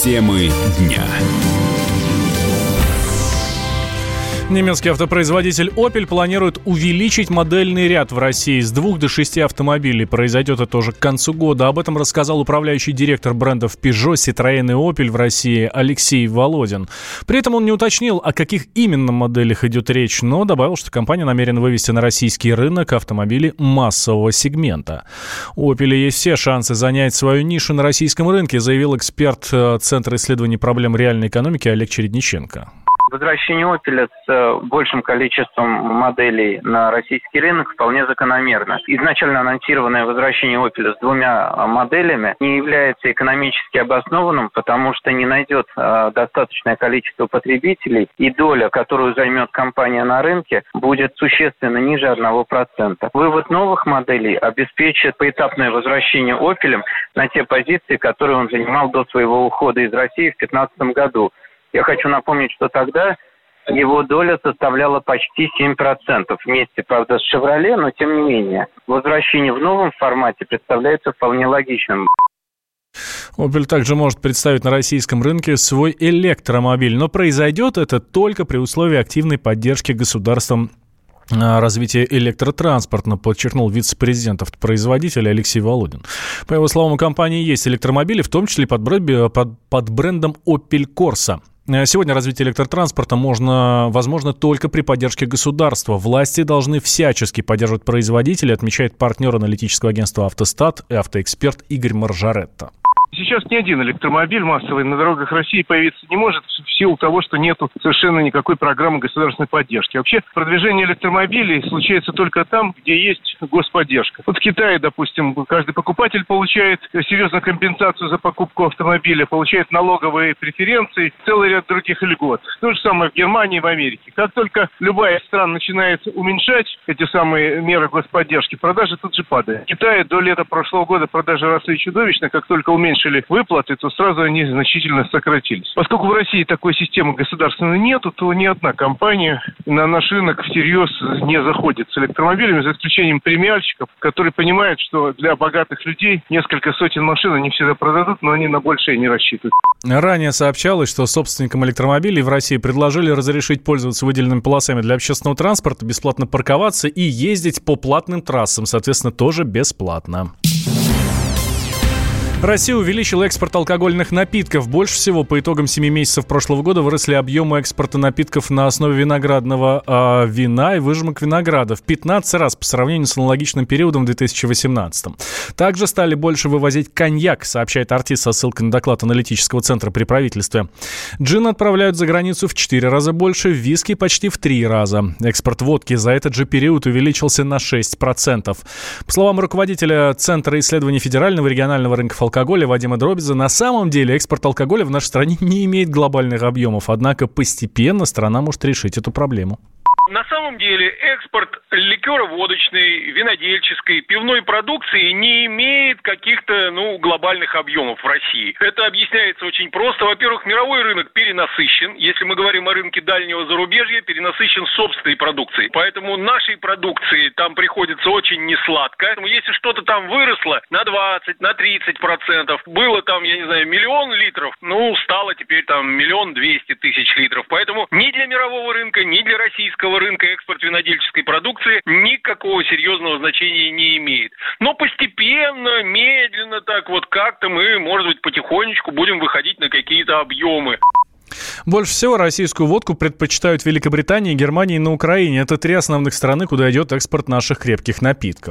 Темы дня. Немецкий автопроизводитель Opel планирует увеличить модельный ряд в России с 2 до 6 автомобилей. Произойдет это уже к концу года. Об этом рассказал управляющий директор брендов Peugeot, Citroën и Opel в России Алексей Володин. При этом он не уточнил, о каких именно моделях идет речь, но добавил, что компания намерена вывести на российский рынок автомобили массового сегмента. У Opel есть все шансы занять свою нишу на российском рынке, заявил эксперт Центра исследований проблем реальной экономики Олег Чередниченко. Возвращение Opel с большим количеством моделей на российский рынок вполне закономерно. Изначально анонсированное возвращение Opel с 2 моделями не является экономически обоснованным, потому что не найдет достаточное количество потребителей, и доля, которую займет компания на рынке, будет существенно ниже 1%. Вывод новых моделей обеспечит поэтапное возвращение Opel на те позиции, которые он занимал до своего ухода из России в 2015 году. Я хочу напомнить, что тогда его доля составляла почти 7%. Вместе, правда, с «Шевроле», но тем не менее. Возвращение в новом формате представляется вполне логичным. Opel также может представить на российском рынке свой электромобиль, но произойдет это только при условии активной поддержки государством развития электротранспорта, подчеркнул вице-президент автопроизводителя Алексей Володин. По его словам, у компании есть электромобили, в том числе под брендом Opel Corsa. Сегодня развитие электротранспорта возможно только при поддержке государства. Власти должны всячески поддерживать производителей, отмечает партнер аналитического агентства «Автостат» и автоэксперт Игорь Маржаретто. Сейчас ни один электромобиль массовый на дорогах России появиться не может в силу того, что нету совершенно никакой программы государственной поддержки. Вообще, продвижение электромобилей случается только там, где есть господдержка. Вот в Китае, допустим, каждый покупатель получает серьезную компенсацию за покупку автомобиля, получает налоговые преференции, целый ряд других льгот. То же самое в Германии и в Америке. Как только любая из стран начинает уменьшать эти самые меры господдержки, продажи тут же падают. В Китае до лета прошлого года продажи росли чудовищно, как только уменьшили выплаты, то сразу они значительно сократились. Поскольку в России такой системы государственной нету, то ни одна компания на наш рынок всерьез не заходит с электромобилями, за исключением премиальщиков, которые понимают, что для богатых людей несколько сотен машин они всегда продадут, но они на большее не рассчитывают. Ранее сообщалось, что собственникам электромобилей в России предложили разрешить пользоваться выделенными полосами для общественного транспорта, бесплатно парковаться и ездить по платным трассам, соответственно, тоже бесплатно. Россия увеличила экспорт алкогольных напитков. Больше всего по итогам 7 месяцев прошлого года выросли объемы экспорта напитков на основе виноградного вина и выжимок винограда в 15 раз по сравнению с аналогичным периодом в 2018. Также стали больше вывозить коньяк, сообщает «Артист» со ссылкой на доклад аналитического центра при правительстве. Джин отправляют за границу в 4 раза больше, виски почти в 3 раза. Экспорт водки за этот же период увеличился на 6%. По словам руководителя Центра исследований федерального и регионального рынков алкоголя Вадима Дробиза, на самом деле экспорт алкоголя в нашей стране не имеет глобальных объемов, однако постепенно страна может решить эту проблему. На самом деле экспорт ликероводочной, винодельческой, пивной продукции не имеет каких-то, глобальных объемов в России. Это объясняется очень просто. Во-первых, мировой рынок перенасыщен. Если мы говорим о рынке дальнего зарубежья, перенасыщен собственной продукцией. Поэтому нашей продукции там приходится очень несладко. Если что-то там выросло на 20, на 30%, было там, 1 миллион литров, стало теперь там 1 200 000 литров. Поэтому ни для мирового рынка, ни для российского рынка экспорт винодельческой продукции никакого серьезного значения не имеет. Но постепенно, медленно так как-то мы, может быть, потихонечку будем выходить на какие-то объемы. Больше всего российскую водку предпочитают в Великобритании, Германии и на Украине. Это 3 основных страны, куда идет экспорт наших крепких напитков.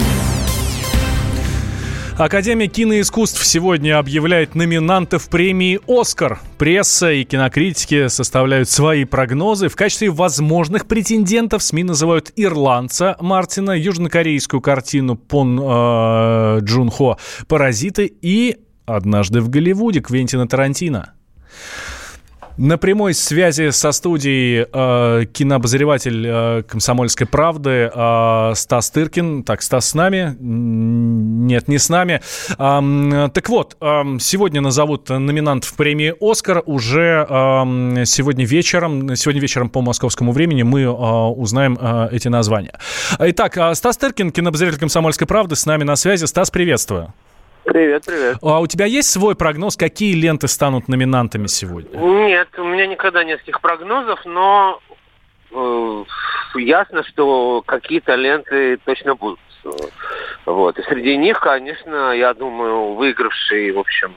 Академия киноискусств сегодня объявляет номинантов премии «Оскар». Пресса и кинокритики составляют свои прогнозы. В качестве возможных претендентов СМИ называют ирландца Мартина, южнокорейскую картину Пон Джун Хо «Паразиты» и «Однажды в Голливуде» Квентина Тарантино. На прямой связи со студией кинообозреватель «Комсомольской правды» Стас Тыркин. Так, Стас с нами? Нет, не с нами. Так вот, сегодня назовут номинантов премии «Оскар». Уже сегодня вечером по московскому времени мы узнаем эти названия. Итак, Стас Тыркин, кинообозреватель «Комсомольской правды», с нами на связи. Стас, приветствую. Привет, привет. А у тебя есть свой прогноз, какие ленты станут номинантами сегодня? Нет, у меня никогда нет таких прогнозов, но ясно, что какие-то ленты точно будут. Вот. И среди них, конечно, я думаю, выигравший, в общем,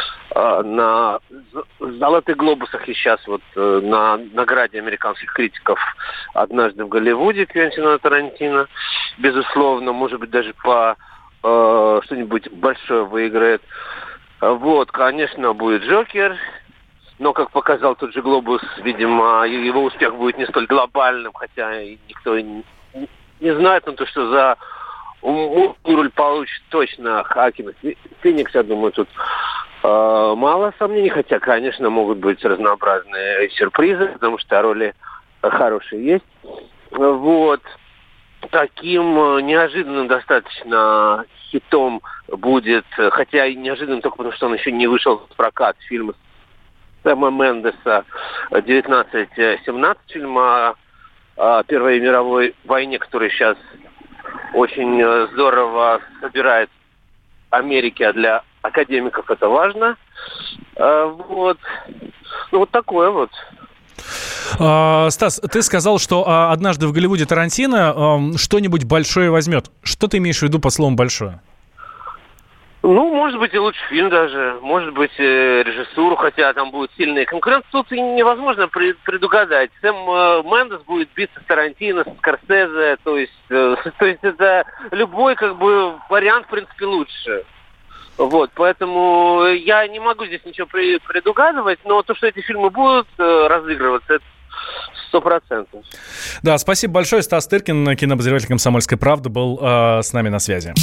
на «Золотых глобусах» и сейчас вот на награде американских критиков «Однажды в Голливуде» Квентина Тарантино, безусловно, может быть, даже по что-нибудь большое выиграет. Вот, конечно, будет «Джокер», но, как показал тот же «Глобус», видимо, его успех будет не столь глобальным, хотя никто не знает, но то, что за роль получит точно Хоакин Феникс, я думаю, тут мало сомнений, хотя, конечно, могут быть разнообразные сюрпризы, потому что роли хорошие есть. Вот. Таким неожиданным достаточно хитом будет, хотя и неожиданным только потому, что он еще не вышел в прокат, фильм Сэма Мендеса «1917», фильм о Первой мировой войне, который сейчас очень здорово собирает Америки, а для академиков это важно. Вот. Ну, вот такое вот. Стас, ты сказал, что «Однажды в Голливуде» Тарантино что-нибудь большое возьмет. Что ты имеешь в виду по словам «большое»? Ну, может быть, и лучший фильм даже. Может быть, режиссуру, хотя там будет сильная конкуренция. Тут невозможно предугадать. Сэм Мендес будет биться с Тарантино, с Скорсезе. То есть это любой как бы вариант, в принципе, лучше. Вот, поэтому я не могу здесь ничего предугадывать, но то, что эти фильмы будут разыгрываться, это 100%. Да, спасибо большое. Стас Тыркин, кинообозреватель «Комсомольской правды», был с нами на связи.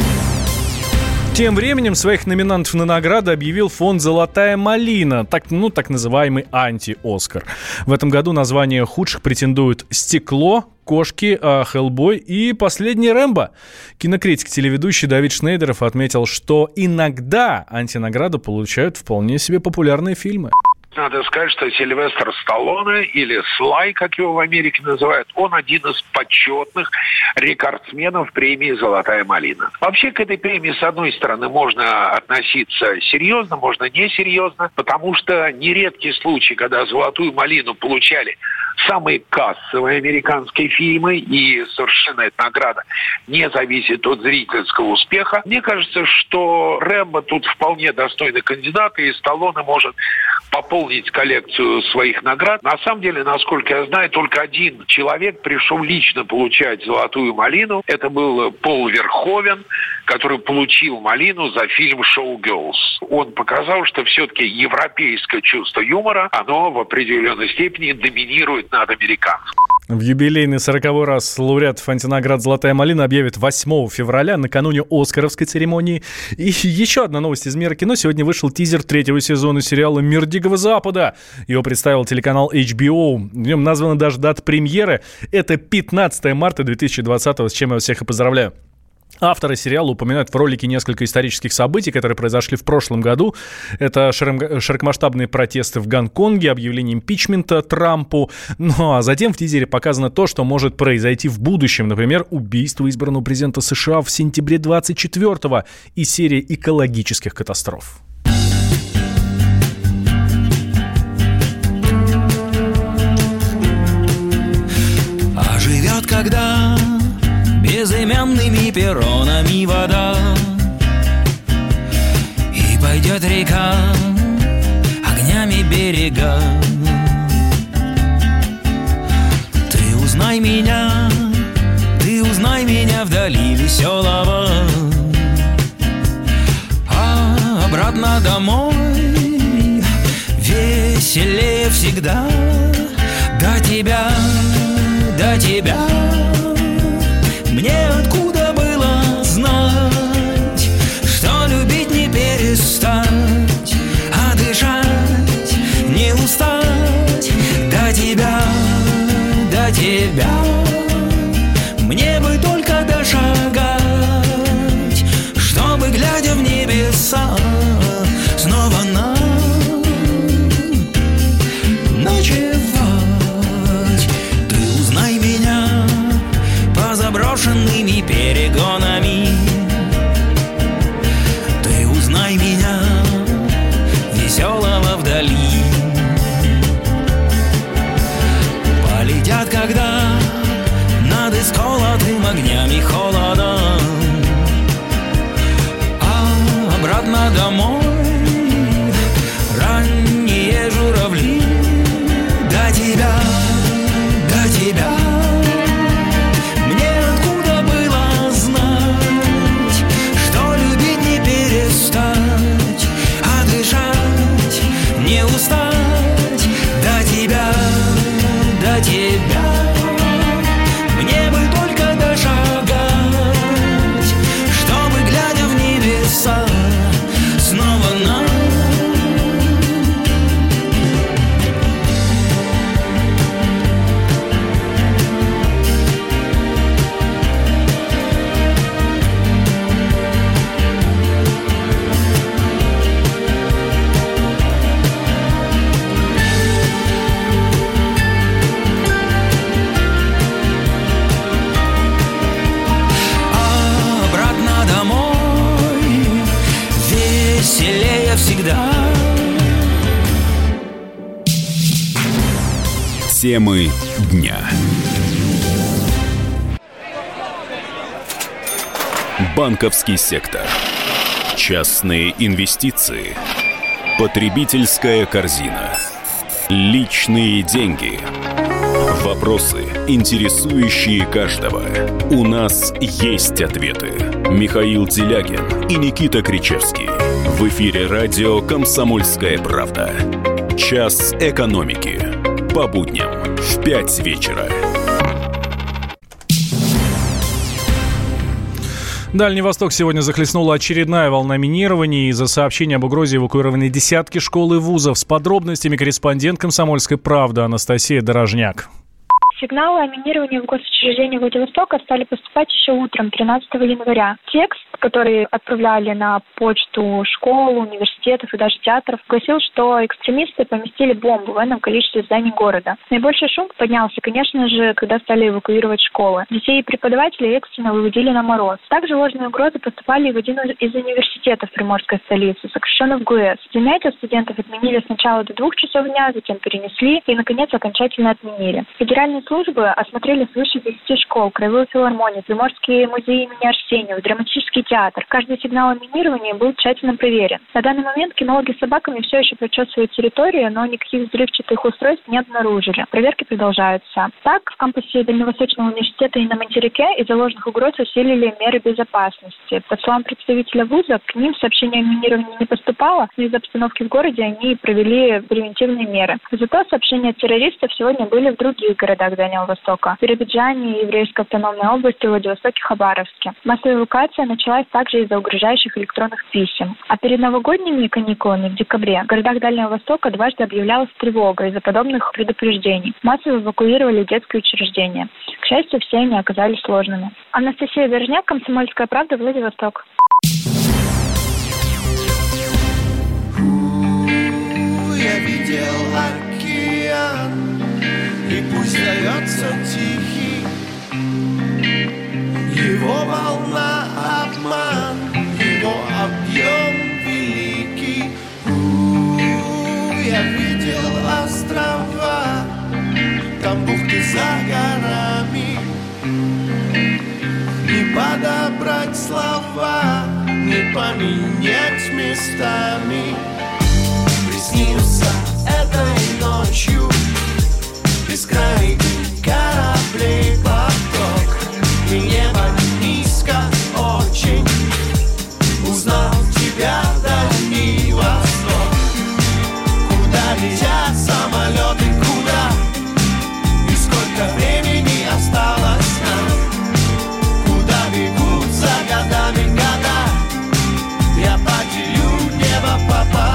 Тем временем своих номинантов на награды объявил фонд «Золотая малина», так называемый анти-Оскар. В этом году на звание худших претендуют «Стекло», «Кошки», «Хеллбой» и «Последний Рэмбо». Кинокритик, телеведущий Давид Шнейдеров отметил, что иногда антинаграды получают вполне себе популярные фильмы. Надо сказать, что Сильвестр Сталлоне, или Слай, как его в Америке называют, он один из почетных рекордсменов премии «Золотая малина». Вообще к этой премии, с одной стороны, можно относиться серьезно, можно несерьезно, потому что нередкий случай, когда «Золотую малину» получали самые кассовые американские фильмы, и совершенно эта награда не зависит от зрительского успеха. Мне кажется, что Рэмбо тут вполне достойный кандидат, и Сталлоне может пополнить коллекцию своих наград. На самом деле, насколько я знаю, только один человек пришел лично получать «Золотую малину». Это был Пол Верховен, который получил малину за фильм «Шоу-герлз». Он показал, что все-таки европейское чувство юмора, оно в определенной степени доминирует над американским. В юбилейный 40-й раз лауреатов антинаград «Золотая малина» объявят 8 февраля, накануне «Оскаровской» церемонии. И еще одна новость из мира кино. Сегодня вышел тизер 3-го сезона сериала «Мир Дикого Запада». Его представил телеканал HBO. В нем названа даже дата премьеры. Это 15 марта 2020-го, с чем я всех и поздравляю. Авторы сериала упоминают в ролике несколько исторических событий, которые произошли в прошлом году. Это широкомасштабные протесты в Гонконге, объявление импичмента Трампу. Ну а затем в тизере показано то, что может произойти в будущем. Например, убийство избранного президента США в сентябре 24-го и серия экологических катастроф. А живет когда... безымянными перронами вода, и пойдет река огнями берега. Ты узнай меня вдали веселого, а обратно домой веселее всегда. До тебя мне откуда было знать, что любить не перестать, а дышать не устать. До тебя мне бы только дошагать, чтобы, глядя в небеса, снова ночевать. Ты узнай меня навсегда. Темы дня. Банковский сектор. Частные инвестиции. Потребительская корзина. Личные деньги. Вопросы, интересующие каждого. У нас есть ответы. Михаил Делягин и Никита Кричевский. В эфире радио «Комсомольская правда». Час экономики. По будням в 5 вечера. Дальний Восток сегодня захлестнула очередная волна минирования. Из-за сообщений об угрозе эвакуированы десятки школ и вузов. С подробностями корреспондент «Комсомольской правды» Анастасия Дорожняк. Сигналы о минировании в госучреждении Владивостока стали поступать еще утром, 13 января. Текст, который отправляли на почту школ, университетов и даже театров, гласил, что экстремисты поместили бомбу в энном количестве зданий города. Наибольший шум поднялся, конечно же, когда стали эвакуировать школы. Детей и преподавателей экстренно выводили на мороз. Также ложные угрозы поступали и в один из университетов приморской столицы, сокращенно в ГУЭС. Занятия студентов отменили сначала до 2 часов дня, затем перенесли и, наконец, окончательно отменили. Федеральные службы осмотрели свыше 10 школ, краевую филармонию, Приморский музей имени Арсеньева, драматический театр. Каждый сигнал о минировании был тщательно проверен. На данный момент кинологи с собаками все еще прочесывают территорию, но никаких взрывчатых устройств не обнаружили. Проверки продолжаются. Так, в кампусе Дальневосточного университета и на материке из-за ложных угроз усилили меры безопасности. По словам представителя вуза, к ним сообщение о минировании не поступало, но из-за обстановки в городе они провели превентивные меры. Зато сообщения от террористов сегодня были в других городах Дальнего Востока. В Биробиджане, Еврейской автономной области, Владивостоке, Хабаровске. Массовая эвакуация началась также из-за угрожающих электронных писем. А перед новогодними каникулами в декабре в городах Дальнего Востока дважды объявлялась тревога из-за подобных предупреждений. Массово эвакуировали детские учреждения. К счастью, все они оказались сложными. Анастасия Дорожняк, «Комсомольская правда», Владивосток. Я видел океан, и пусть зовется тихий, его волна обман, его объем великий. Я видел острова, там бухты за горами. Не подобрать слова, не поменять местами. Приснился этой ночью бескрайний кораблей поток, и небо низко очень. Узнал тебя, Дальний Восток. Куда летят самолеты, куда? И сколько времени осталось нам? Куда бегут за годами года? Я поделю небо пополам.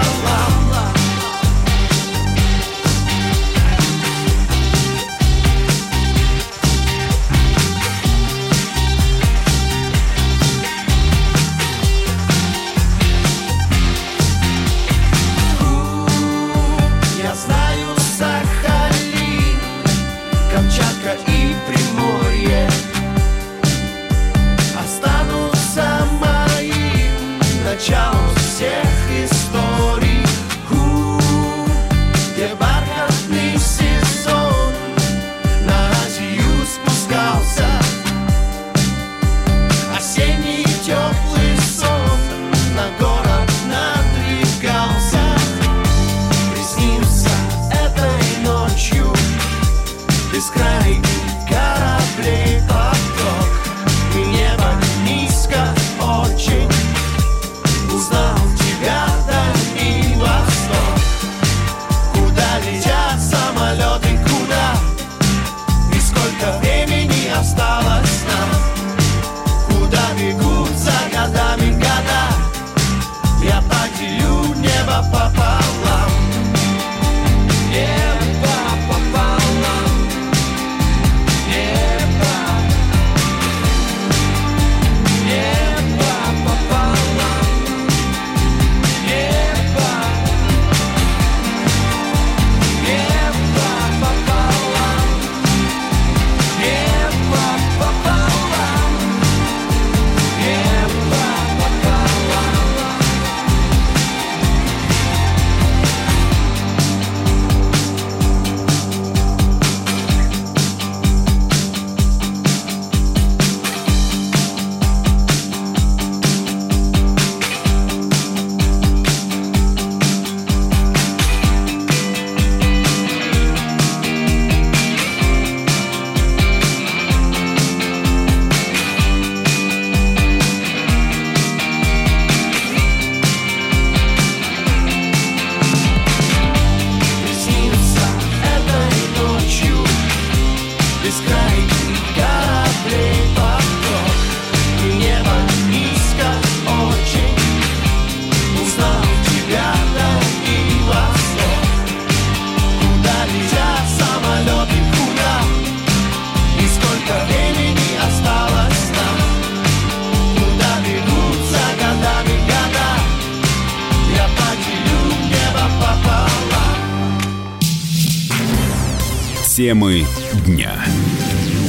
Темы дня.